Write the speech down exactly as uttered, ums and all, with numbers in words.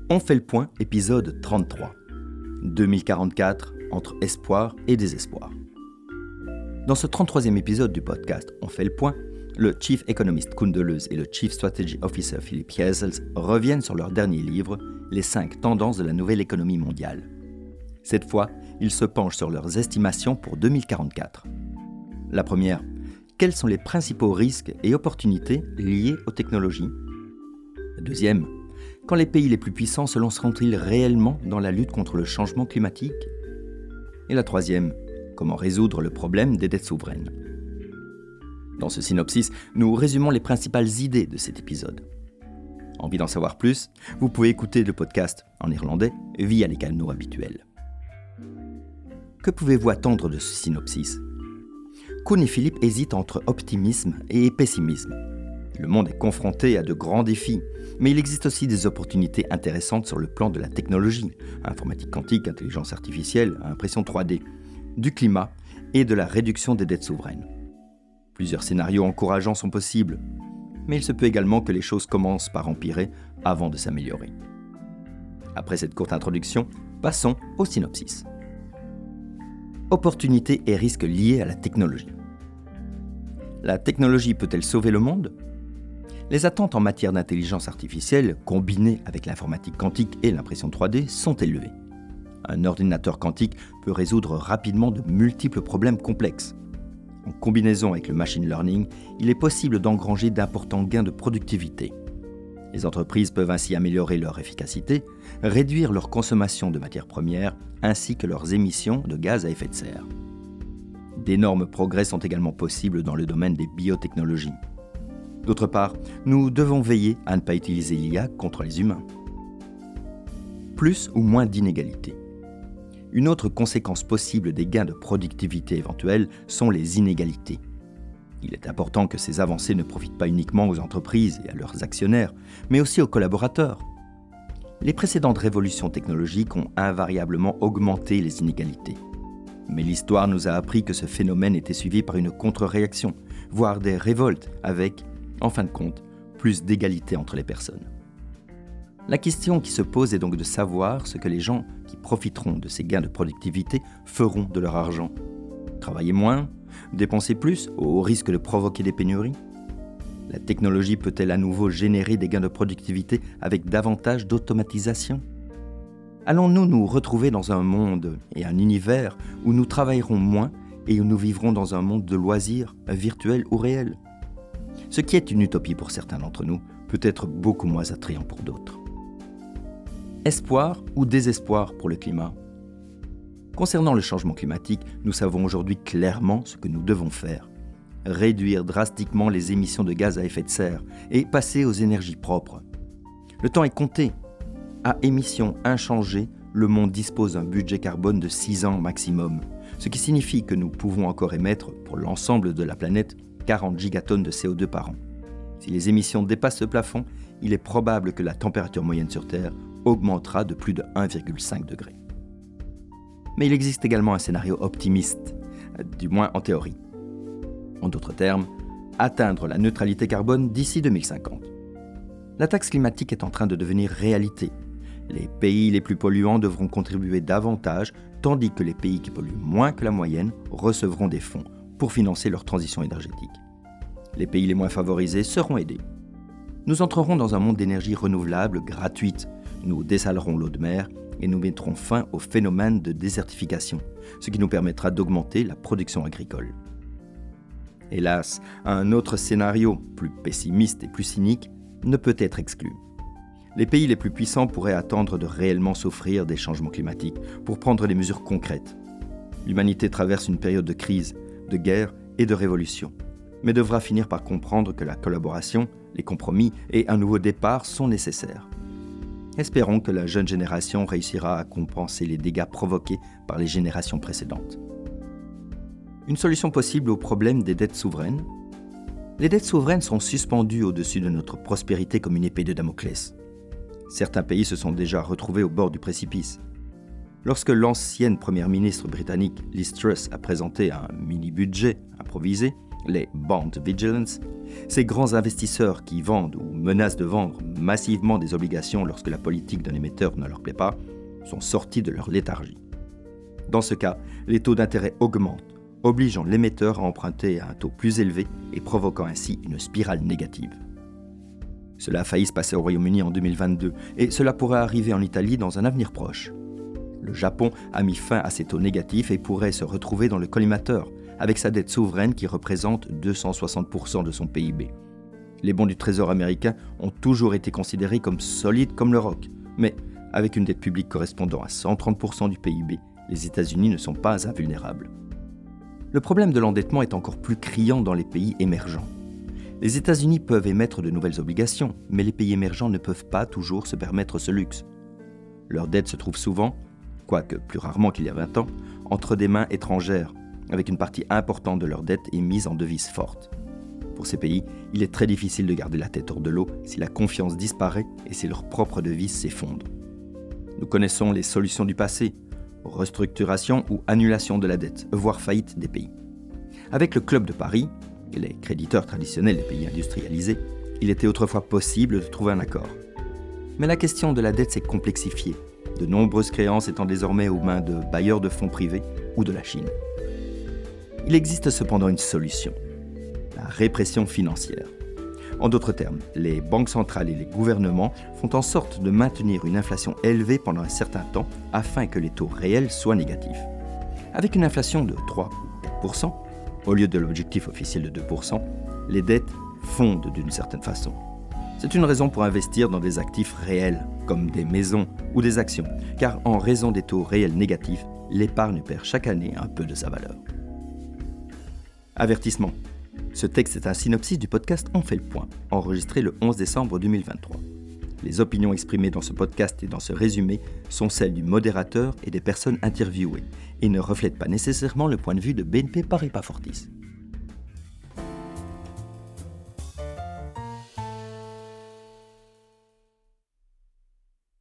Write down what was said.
On fait le point, épisode trente-trois. deux mille quarante-quatre, entre espoir et désespoir. Dans ce trente-troisième épisode du podcast On fait le point, le Chief Economist Koen Deleuze et le Chief Strategy Officer Philippe Jezels reviennent sur leur dernier livre, Les cinq tendances de la nouvelle économie mondiale. Cette fois, ils se penchent sur leurs estimations pour deux mille quarante-quatre. La première, quels sont les principaux risques et opportunités liés aux technologies ? La deuxième, quand les pays les plus puissants se lanceront-ils réellement dans la lutte contre le changement climatique ? Et la troisième, comment résoudre le problème des dettes souveraines ? Dans ce synopsis, nous résumons les principales idées de cet épisode. Envie d'en savoir plus ? Vous pouvez écouter le podcast en irlandais via les canaux habituels. Que pouvez-vous attendre de ce synopsis ? Koen et Philippe hésitent entre optimisme et pessimisme. Le monde est confronté à de grands défis, mais il existe aussi des opportunités intéressantes sur le plan de la technologie, informatique quantique, intelligence artificielle, impression trois D, du climat et de la réduction des dettes souveraines. Plusieurs scénarios encourageants sont possibles, mais il se peut également que les choses commencent par empirer avant de s'améliorer. Après cette courte introduction, passons au synopsis. Opportunités et risques liés à la technologie. La technologie peut-elle sauver le monde ? Les attentes en matière d'intelligence artificielle, combinées avec l'informatique quantique et l'impression trois D, sont élevées. Un ordinateur quantique peut résoudre rapidement de multiples problèmes complexes. En combinaison avec le machine learning, il est possible d'engranger d'importants gains de productivité. Les entreprises peuvent ainsi améliorer leur efficacité, réduire leur consommation de matières premières, ainsi que leurs émissions de gaz à effet de serre. D'énormes progrès sont également possibles dans le domaine des biotechnologies. D'autre part, nous devons veiller à ne pas utiliser l'I A contre les humains. Plus ou moins d'inégalités. Une autre conséquence possible des gains de productivité éventuels sont les inégalités. Il est important que ces avancées ne profitent pas uniquement aux entreprises et à leurs actionnaires, mais aussi aux collaborateurs. Les précédentes révolutions technologiques ont invariablement augmenté les inégalités. Mais l'histoire nous a appris que ce phénomène était suivi par une contre-réaction, voire des révoltes avec, en fin de compte, plus d'égalité entre les personnes. La question qui se pose est donc de savoir ce que les gens qui profiteront de ces gains de productivité feront de leur argent. Travailler moins ? Dépenser plus, au risque de provoquer des pénuries ? La technologie peut-elle à nouveau générer des gains de productivité avec davantage d'automatisation ? Allons-nous nous retrouver dans un monde et un univers où nous travaillerons moins et où nous vivrons dans un monde de loisirs, virtuel ou réel ? Ce qui est une utopie pour certains d'entre nous peut être beaucoup moins attrayant pour d'autres. Espoir ou désespoir pour le climat ? Concernant le changement climatique, nous savons aujourd'hui clairement ce que nous devons faire. Réduire drastiquement les émissions de gaz à effet de serre et passer aux énergies propres. Le temps est compté. À émissions inchangées, le monde dispose d'un budget carbone de six ans maximum, ce qui signifie que nous pouvons encore émettre, pour l'ensemble de la planète, quarante gigatonnes de C O deux par an. Si les émissions dépassent ce plafond, il est probable que la température moyenne sur Terre augmentera de plus de un virgule cinq degré. Mais il existe également un scénario optimiste, du moins en théorie. En d'autres termes, atteindre la neutralité carbone d'ici deux mille cinquante. La taxe climatique est en train de devenir réalité. Les pays les plus polluants devront contribuer davantage, tandis que les pays qui polluent moins que la moyenne recevront des fonds pour financer leur transition énergétique. Les pays les moins favorisés seront aidés. Nous entrerons dans un monde d'énergie renouvelable gratuite. Nous dessalerons l'eau de mer et nous mettrons fin au phénomène de désertification, ce qui nous permettra d'augmenter la production agricole. Hélas, un autre scénario, plus pessimiste et plus cynique, ne peut être exclu. Les pays les plus puissants pourraient attendre de réellement souffrir des changements climatiques pour prendre des mesures concrètes. L'humanité traverse une période de crise, de guerre et de révolution, mais devra finir par comprendre que la collaboration, les compromis et un nouveau départ sont nécessaires. Espérons que la jeune génération réussira à compenser les dégâts provoqués par les générations précédentes. Une solution possible au problème des dettes souveraines ? Les dettes souveraines sont suspendues au-dessus de notre prospérité comme une épée de Damoclès. Certains pays se sont déjà retrouvés au bord du précipice. Lorsque l'ancienne première ministre britannique Liz Truss a présenté un mini-budget improvisé les bond vigilance, ces grands investisseurs qui vendent ou menacent de vendre massivement des obligations lorsque la politique d'un émetteur ne leur plaît pas, sont sortis de leur léthargie. Dans ce cas, les taux d'intérêt augmentent, obligeant l'émetteur à emprunter à un taux plus élevé et provoquant ainsi une spirale négative. Cela a failli se passer au Royaume-Uni en deux mille vingt-deux et cela pourrait arriver en Italie dans un avenir proche. Le Japon a mis fin à ces taux négatifs et pourrait se retrouver dans le collimateur, avec sa dette souveraine qui représente deux cent soixante pour cent de son P I B. Les bons du Trésor américain ont toujours été considérés comme solides comme le roc, mais avec une dette publique correspondant à cent trente pour cent du P I B, les États-Unis ne sont pas invulnérables. Le problème de l'endettement est encore plus criant dans les pays émergents. Les États-Unis peuvent émettre de nouvelles obligations, mais les pays émergents ne peuvent pas toujours se permettre ce luxe. Leur dette se trouve souvent, quoique plus rarement qu'il y a vingt ans, entre des mains étrangères, avec une partie importante de leur dette émise en devises fortes. Pour ces pays, il est très difficile de garder la tête hors de l'eau si la confiance disparaît et si leur propre devise s'effondre. Nous connaissons les solutions du passé, restructuration ou annulation de la dette, voire faillite des pays. Avec le Club de Paris, et les créditeurs traditionnels des pays industrialisés, il était autrefois possible de trouver un accord. Mais la question de la dette s'est complexifiée, de nombreuses créances étant désormais aux mains de bailleurs de fonds privés ou de la Chine. Il existe cependant une solution, la répression financière. En d'autres termes, les banques centrales et les gouvernements font en sorte de maintenir une inflation élevée pendant un certain temps afin que les taux réels soient négatifs. Avec une inflation de trois ou quatre pour cent, au lieu de l'objectif officiel de deux pour cent, les dettes fondent d'une certaine façon. C'est une raison pour investir dans des actifs réels, comme des maisons ou des actions, car en raison des taux réels négatifs, l'épargne perd chaque année un peu de sa valeur. Avertissement. Ce texte est un synopsis du podcast On fait le point, enregistré le onze décembre deux mille vingt-trois. Les opinions exprimées dans ce podcast et dans ce résumé sont celles du modérateur et des personnes interviewées et ne reflètent pas nécessairement le point de vue de B N P Paribas Fortis.